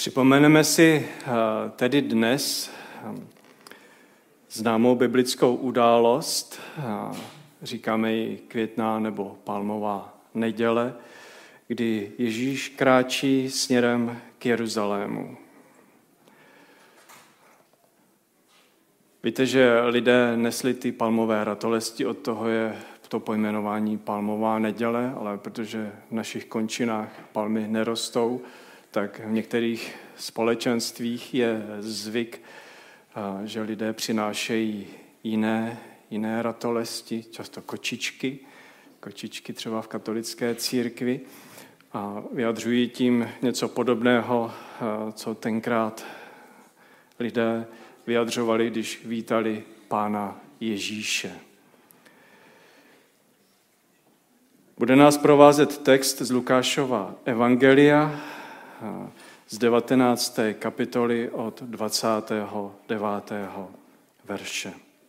Připomeneme si tedy dnes známou biblickou událost, říkáme ji květná nebo palmová neděle, kdy Ježíš kráčí směrem k Jeruzalému. Víte, že lidé nesli ty palmové ratolesti, od toho je to pojmenování palmová neděle, ale protože v našich končinách palmy nerostou, tak v některých společenstvích je zvyk, že lidé přinášejí jiné ratolesti, často kočičky třeba v katolické církvi, a vyjadřují tím něco podobného, co tenkrát lidé vyjadřovali, když vítali Pána Ježíše. Bude nás provázet text z Lukášova evangelia z 19. kapitoly od 29. verše.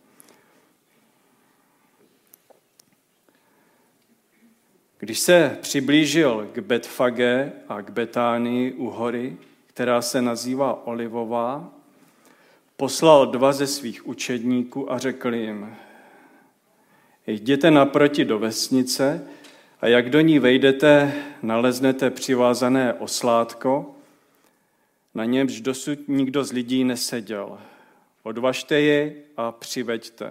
Když se přiblížil k Betfagé a k Betánii u hory, která se nazývá Olivová, poslal 2 ze svých učedníků a řekl jim: jděte naproti do vesnice a jak do ní vejdete, naleznete přivázané oslátko, na němž dosud nikdo z lidí neseděl. Odvažte jej a přiveďte.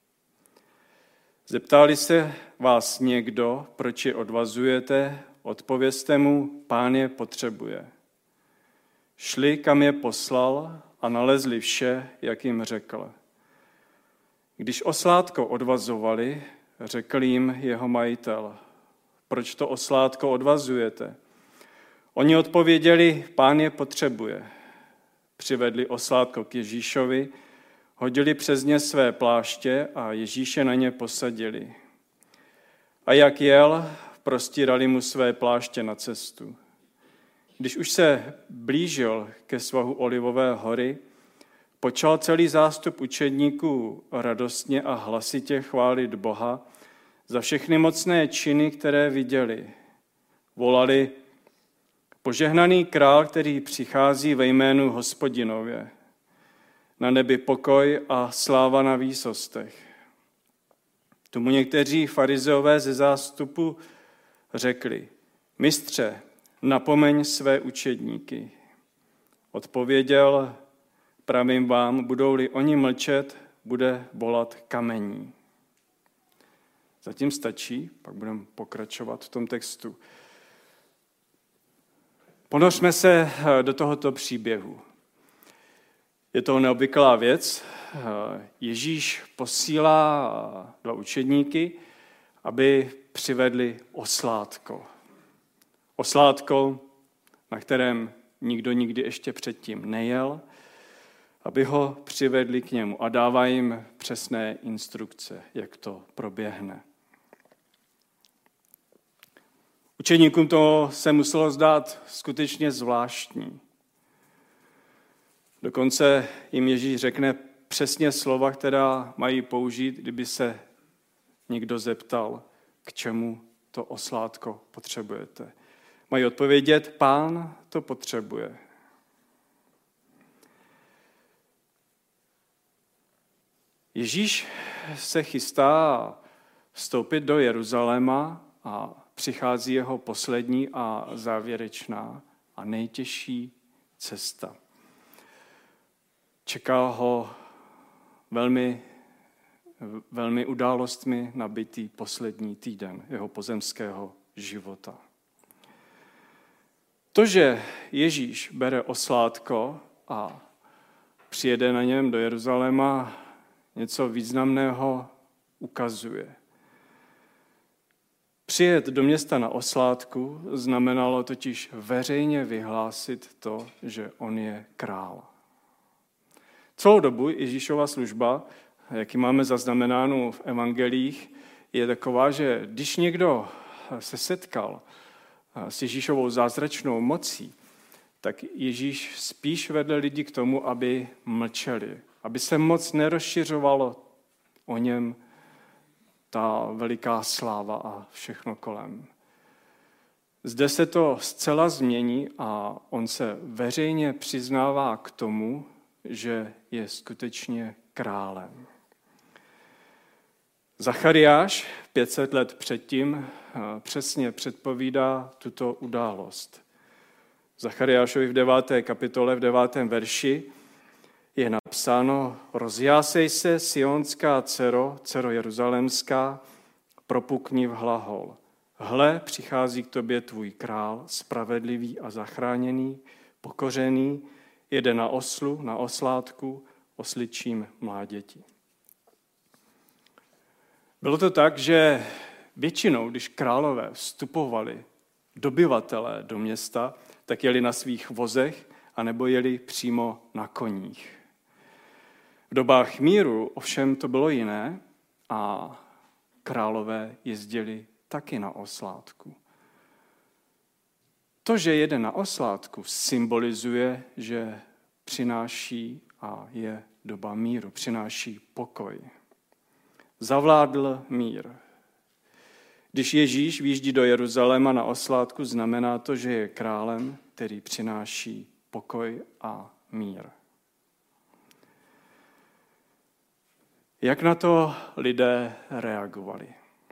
Zeptali se vás někdo, proč je odvazujete, odpovězte mu, Pán je potřebuje. Šli, kam je poslal, a nalezli vše, jak jim řekl. Když oslátko odvazovali, řekl jim jeho majitel: proč to oslátko odvazujete? Oni odpověděli: Pán je potřebuje. Přivedli oslátko k Ježíšovi, hodili přes ně své pláště a Ježíše na ně posadili. A jak jel, prostírali mu své pláště na cestu. Když už se blížil ke svahu Olivové hory, počal celý zástup učedníků radostně a hlasitě chválit Boha za všechny mocné činy, které viděli. Volali: požehnaný král, který přichází ve jménu Hospodinově. Na nebi pokoj a sláva na výsostech. Tomu někteří farizeové ze zástupu řekli: mistře, napomeň své učedníky. Odpověděl: pravím vám, budou-li oni mlčet, bude bolat kamení. Zatím stačí, pak budeme pokračovat v tom textu. Ponořme se do tohoto příběhu. Je to neobvyklá věc. Ježíš posílá 2 učedníky, aby přivedli oslátko. Oslátko, na kterém nikdo nikdy ještě předtím nejel, aby ho přivedli k němu, a dává jim přesné instrukce, jak to proběhne. Učeníkům to se muselo zdát skutečně zvláštní. Dokonce jim Ježíš řekne přesně slova, která mají použít, kdyby se někdo zeptal, k čemu to oslátko potřebujete. Mají odpovědět: Pán to potřebuje. Ježíš se chystá vstoupit do Jeruzaléma a přichází jeho poslední a závěrečná a nejtěžší cesta. Čeká ho velmi událostmi nabitý poslední týden jeho pozemského života. To, že Ježíš bere oslátko a přijede na něm do Jeruzaléma, něco významného ukazuje. Přijet do města na oslátku znamenalo totiž veřejně vyhlásit to, že on je král. Celou dobu Ježíšova služba, jak ji máme zaznamenánu v evangelích, je taková, že když někdo se setkal s Ježíšovou zázračnou mocí, tak Ježíš spíš vedl lidi k tomu, aby mlčeli, aby se moc nerozšiřovalo o něm ta veliká sláva a všechno kolem. Zde se to zcela změní a on se veřejně přiznává k tomu, že je skutečně králem. Zachariáš 500 let předtím přesně předpovídá tuto událost. Zachariášovi v 9. kapitole, v 9. verši je napsáno: Rozjásej se, sionská dcero, dcero jeruzalémská, propukni v hlahol. Hle, přichází k tobě tvůj král, spravedlivý a zachráněný, pokořený, jede na oslu, na oslátku, osličím mláděti. Bylo to tak, že většinou, když králové vstupovali, dobyvatelé do města, tak jeli na svých vozech anebo jeli přímo na koních. V dobách míru ovšem to bylo jiné a králové jezdili taky na oslátku. To, že jede na oslátku, symbolizuje, že přináší a je doba míru, přináší pokoj. Zavládl mír. Když Ježíš výjíždí do Jeruzaléma na oslátku, znamená to, že je králem, který přináší pokoj a mír. Jak na to lidé reagovali?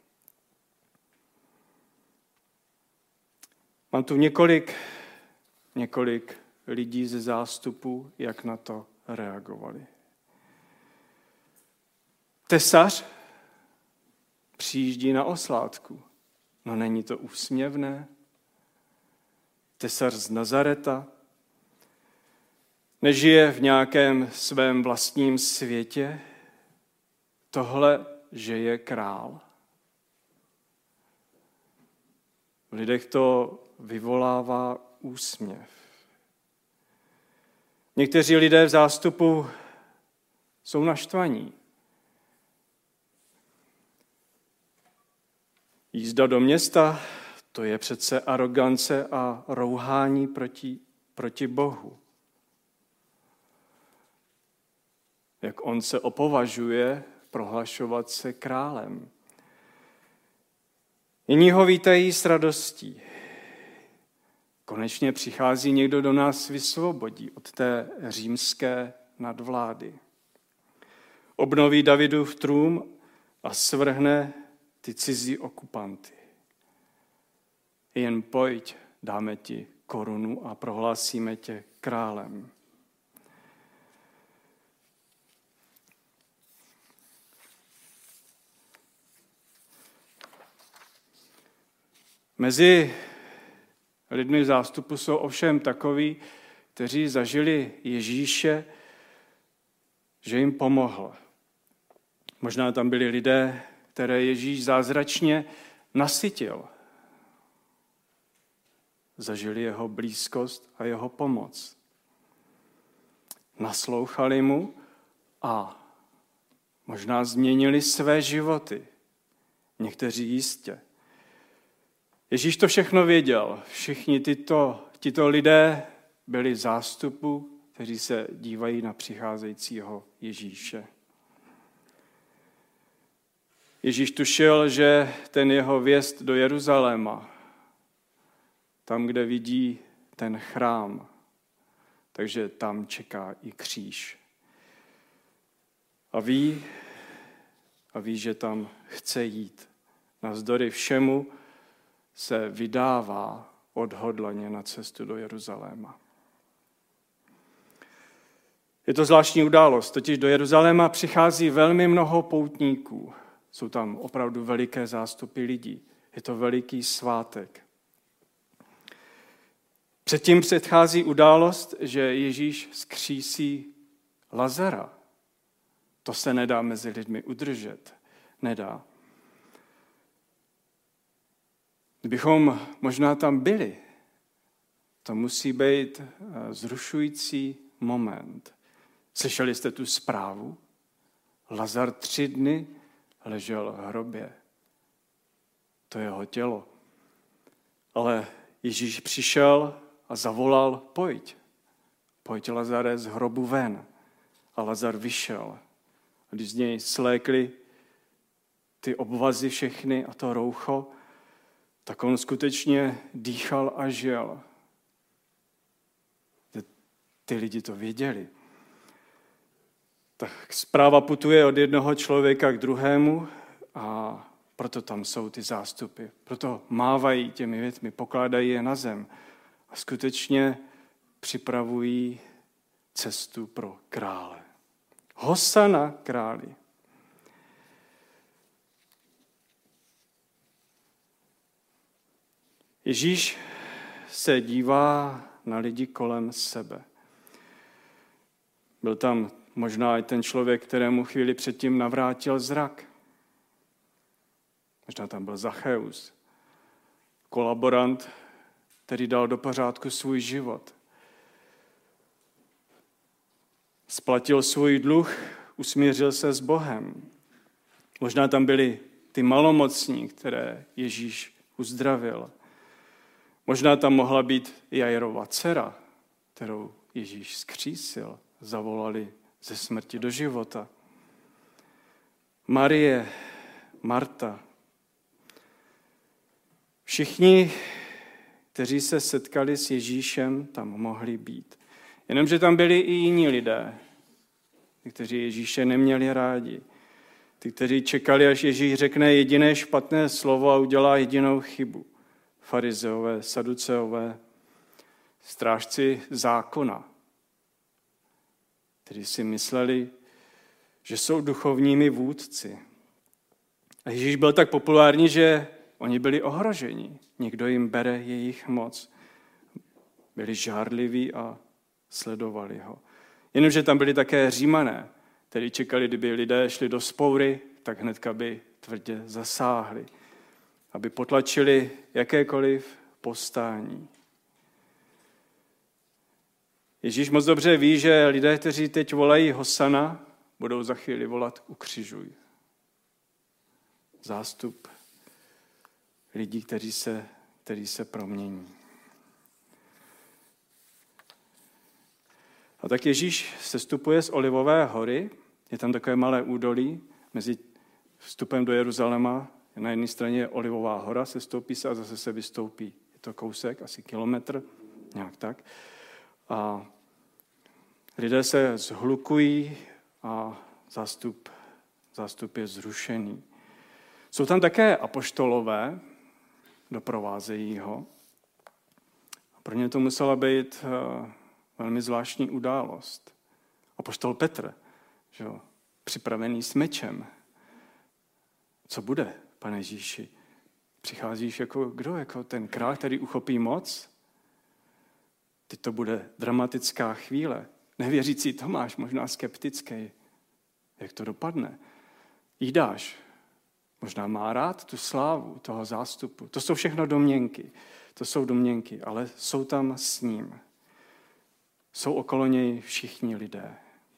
Mám tu několik lidí ze zástupu, jak na to reagovali. Tesař přijíždí na oslátku. No není to úsměvné? Tesař z Nazareta nežije v nějakém svém vlastním světě. Tohle, že je král. V lidech to vyvolává úsměv. Někteří lidé v zástupu jsou naštvaní. Jízda do města, to je přece arogance a rouhání proti Bohu. Jak on se opovažuje prohlašovat se králem. Jiní ho vítají s radostí. Konečně přichází někdo, do nás vysvobodí od té římské nadvlády. Obnoví Davidův trůn a svrhne ty cizí okupanty. Jen pojď, dáme ti korunu a prohlásíme tě králem. Mezi lidmi v zástupu jsou ovšem takoví, kteří zažili Ježíše, že jim pomohl. Možná tam byli lidé, které Ježíš zázračně nasytil. Zažili jeho blízkost a jeho pomoc. Naslouchali mu a možná změnili své životy. Někteří jistě. Ježíš to všechno věděl. Všichni tito lidé byli v zástupu, kteří se dívají na přicházejícího Ježíše. Ježíš tušil, že ten jeho vjezd do Jeruzaléma, tam, kde vidí ten chrám, takže tam čeká i kříž. A ví, že tam chce jít. Navzdory všemu se vydává odhodlaně na cestu do Jeruzaléma. Je to zvláštní událost, totiž do Jeruzaléma přichází velmi mnoho poutníků. Jsou tam opravdu veliké zástupy lidí. Je to veliký svátek. Předtím předchází událost, že Ježíš vzkřísí Lazara. To se nedá mezi lidmi udržet. Nedá. Kdybychom možná tam byli, to musí být zrušující moment. Slyšeli jste tu zprávu? Lazar 3 dny ležel v hrobě. To je jeho tělo. Ale Ježíš přišel a zavolal, pojď Lazare z hrobu ven. A Lazar vyšel. A když z něj slékli ty obvazy všechny a to roucho, tak on skutečně dýchal a žil. Ty lidi to věděli. Tak zpráva putuje od jednoho člověka k druhému a proto tam jsou ty zástupy. Proto mávají těmi větmi, pokládají je na zem a skutečně připravují cestu pro krále. Hosana králi. Ježíš se dívá na lidi kolem sebe. Byl tam možná i ten člověk, kterému chvíli předtím navrátil zrak. Možná tam byl Zacheus, kolaborant, který dal do pořádku svůj život. Splatil svůj dluh, usmířil se s Bohem. Možná tam byli ty malomocní, které Ježíš uzdravil. Možná tam mohla být Jairova dcera, kterou Ježíš zkřísil, zavolali ze smrti do života. Marie, Marta. Všichni, kteří se setkali s Ježíšem, tam mohli být. Jenomže tam byli i jiní lidé, kteří Ježíše neměli rádi. Ty, kteří čekali, až Ježíš řekne jediné špatné slovo a udělá jedinou chybu. Farizeové, saduceové, strážci zákona, kteří si mysleli, že jsou duchovními vůdci. A Ježíš byl tak populární, že oni byli ohroženi. Někdo jim bere jejich moc. Byli žárliví a sledovali ho. Jenomže tam byli také Římané, kteří čekali, kdyby lidé šli do vzpoury, tak hnedka by tvrdě zasáhli, aby potlačili jakékoliv povstání. Ježíš moc dobře ví, že lidé, kteří teď volají Hosana, budou za chvíli volat ukřižuj. Zástup lidí, kteří se promění. A tak Ježíš sestupuje z Olivové hory, je tam takové malé údolí mezi vstupem do Jeruzaléma. Na jedné straně je Olivová hora, sestoupí se a zase se vystoupí. Je to kousek, asi kilometr, nějak tak. A lidé se zhlukují a zástup je zrušený. Jsou tam také apoštolové, doprovázejí ho. A pro ně to musela být velmi zvláštní událost. Apoštol Petr, že jo, připravený s mečem. Co bude, Pane Ježíši? Přicházíš jako kdo? Jako ten král, který uchopí moc? Teď to bude dramatická chvíle. Nevěřící Tomáš, možná skeptický. Jak to dopadne? Jídáš. Možná má rád tu slávu toho zástupu. To jsou všechno domněnky. To jsou domněnky, ale jsou tam s ním. Jsou okolo něj všichni lidé.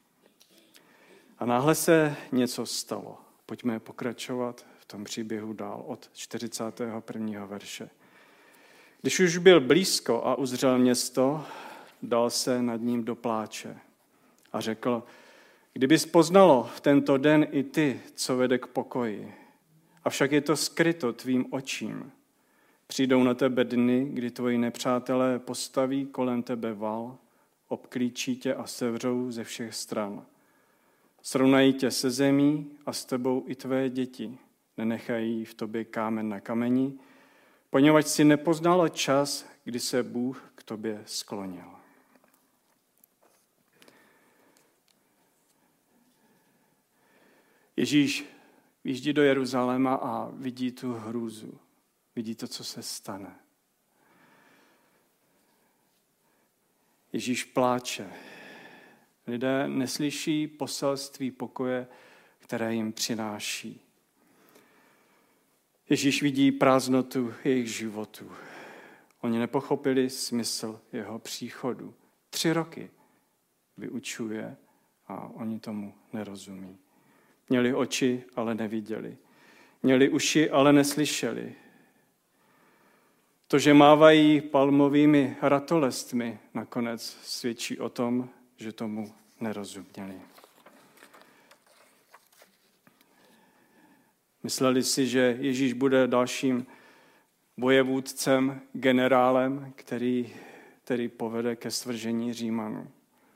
A náhle se něco stalo. Pojďme pokračovat v tom příběhu dál od 41. verše. Když už byl blízko a uzřel město, dal se nad ním do pláče a řekl, kdybys poznalo v tento den i ty, co vede k pokoji, avšak je to skryto tvým očím. Přijdou na tebe dny, kdy tvoji nepřátelé postaví kolem tebe val, obklíčí tě a sevřou ze všech stran. Srovnají tě se zemí a s tebou i tvé děti. Nenechají v tobě kámen na kameni, poněvadž si nepoznal čas, kdy se Bůh k tobě sklonil. Ježíš vyjíždí do Jeruzaléma a vidí tu hrůzu. Vidí to, co se stane. Ježíš pláče. Lidé neslyší poselství pokoje, které jim přináší. Ježíš vidí prázdnotu jejich životů. Oni nepochopili smysl jeho příchodu. 3 roky vyučuje a oni tomu nerozumí. Měli oči, ale neviděli. Měli uši, ale neslyšeli. To, že mávají palmovými ratolestmi, nakonec svědčí o tom, že tomu nerozuměli. Mysleli si, že Ježíš bude dalším vojevůdcem, generálem, který povede ke svržení Římanů.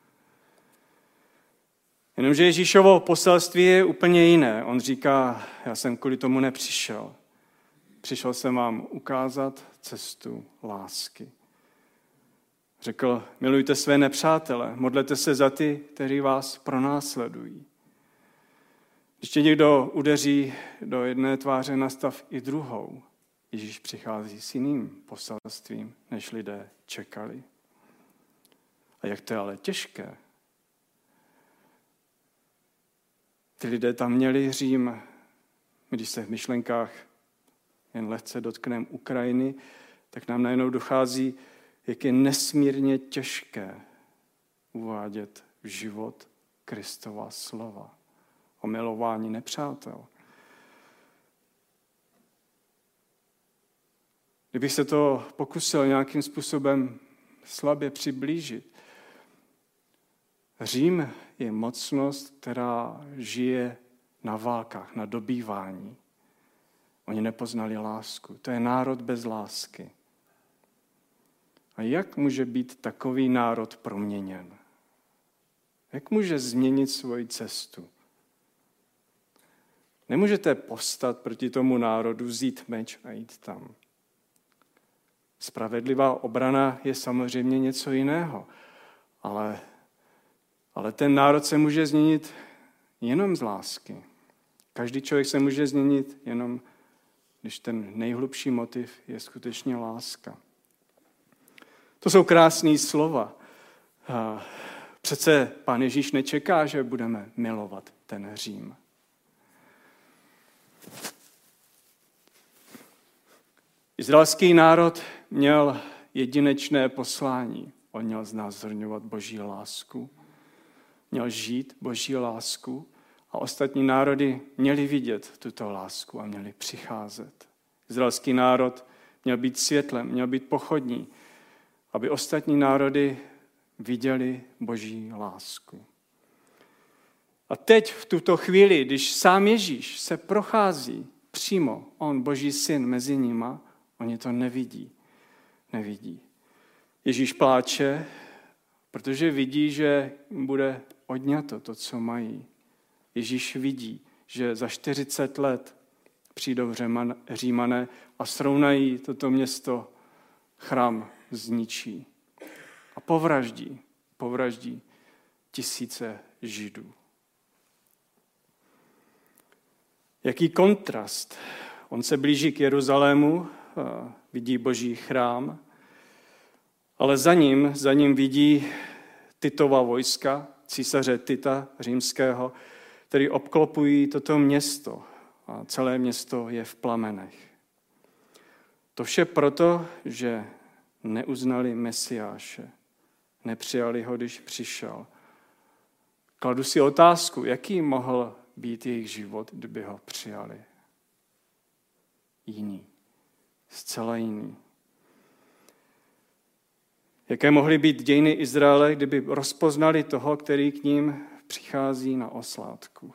Jenomže Ježíšovo poselství je úplně jiné. On říká, já jsem kvůli tomu nepřišel. Přišel jsem vám ukázat cestu lásky. Řekl, milujte své nepřátele, modlete se za ty, kteří vás pronásledují. Když tě někdo udeří do jedné tváře, nastav i druhou. Ježíš přichází s jiným poselstvím, než lidé čekali. A jak to je ale těžké. Ty lidé tam měli Řím. Když se v myšlenkách jen lehce dotkneme Ukrajiny, tak nám najednou dochází, jak je nesmírně těžké uvádět v život Kristova slova o milování nepřátel. Kdybych se to pokusil nějakým způsobem slabě přiblížit, Řím je mocnost, která žije na válkách, na dobývání. Oni nepoznali lásku. To je národ bez lásky. A jak může být takový národ proměněn? Jak může změnit svoji cestu? Nemůžete povstat proti tomu národu, vzít meč a jít tam. Spravedlivá obrana je samozřejmě něco jiného, ale ten národ se může změnit jenom z lásky. Každý člověk se může změnit jenom, když ten nejhlubší motiv je skutečně láska. To jsou krásné slova. Přece Pán Ježíš nečeká, že budeme milovat ten Řím. Izraelský národ měl jedinečné poslání. On měl znázorňovat Boží lásku, měl žít Boží lásku a ostatní národy měli vidět tuto lásku a měli přicházet. Izraelský národ měl být světlem, měl být pochodní, aby ostatní národy viděli Boží lásku. A teď v tuto chvíli, když sám Ježíš se prochází přímo, on, Boží syn, mezi nima, oni to nevidí. Ježíš pláče, protože vidí, že bude odňato to, co mají. Ježíš vidí, že za 40 let přijdou Římané a srovnají toto město, chrám zničí a povraždí tisíce Židů. Jaký kontrast. On se blíží k Jeruzalému, vidí Boží chrám, ale za ním vidí Titova vojska, císaře Tita římského, který obklopují toto město a celé město je v plamenech. To vše proto, že neuznali Mesiáše, nepřijali ho, když přišel. Kladu si otázku, jaký mohl být jejich život, kdyby ho přijali. Jiný, zcela jiný. Jaké mohly být dějiny Izraele, kdyby rozpoznali toho, který k ním přichází na oslátku.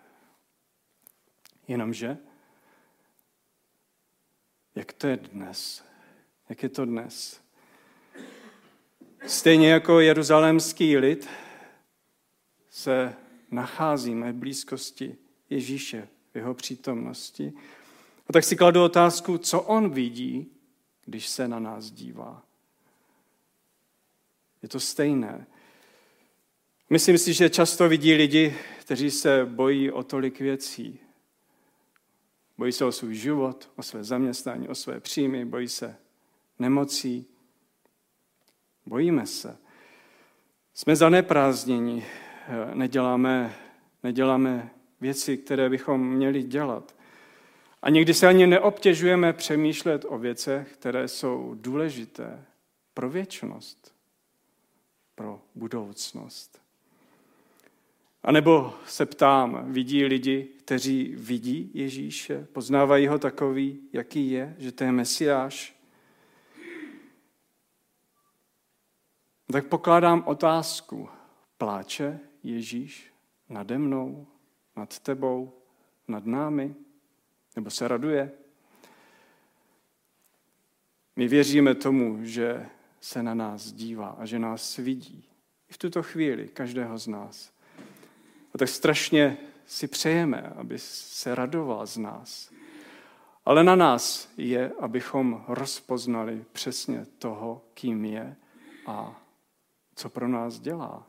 Jenomže, jak to je dnes? Jak je to dnes? Stejně jako jeruzalémský lid se nacházíme v blízkosti Ježíše, v jeho přítomnosti. A tak si kladu otázku, co on vidí, když se na nás dívá. Je to stejné. Myslím si, že často vidí lidi, kteří se bojí o tolik věcí. Bojí se o svůj život, o své zaměstnání, o své příjmy, bojí se nemocí. Bojíme se. Jsme zaneprázdněni, neděláme věci, které bychom měli dělat. A někdy se ani neobtěžujeme přemýšlet o věcech, které jsou důležité pro věčnost, pro budoucnost. A nebo se ptám, vidí lidi, kteří vidí Ježíše, poznávají ho takový, jaký je, že to je Mesiáš. Tak pokládám otázku, pláče Ježíš nade mnou, nad tebou, nad námi, nebo se raduje? My věříme tomu, že se na nás dívá a že nás vidí. I v tuto chvíli, každého z nás. A tak strašně si přejeme, aby se radoval z nás. Ale na nás je, abychom rozpoznali přesně toho, kým je a co pro nás dělá.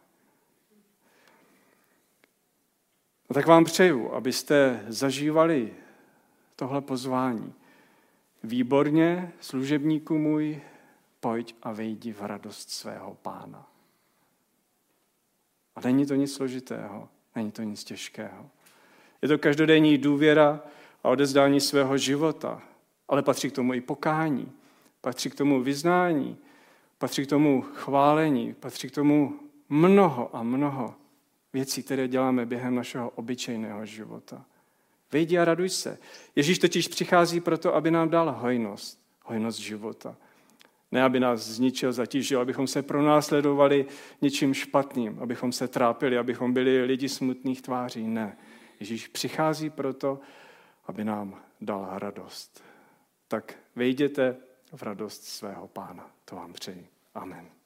A tak vám přeju, abyste zažívali tohle pozvání. Výborně, služebníku můj, pojď a vejdi v radost svého Pána. A není to nic složitého, není to nic těžkého. Je to každodenní důvěra a odezdání svého života, ale patří k tomu i pokání, patří k tomu vyznání, patří k tomu chválení, patří k tomu mnoho a mnoho věcí, které děláme během našeho obyčejného života. Vejdi a raduj se. Ježíš totiž přichází proto, aby nám dal hojnost života. Ne, aby nás zničil, zatížil, abychom se pronásledovali něčím špatným, abychom se trápili, abychom byli lidi smutných tváří. Ne. Ježíš přichází proto, aby nám dal radost. Tak vejděte v radost svého Pána. To vám přeji. Amen.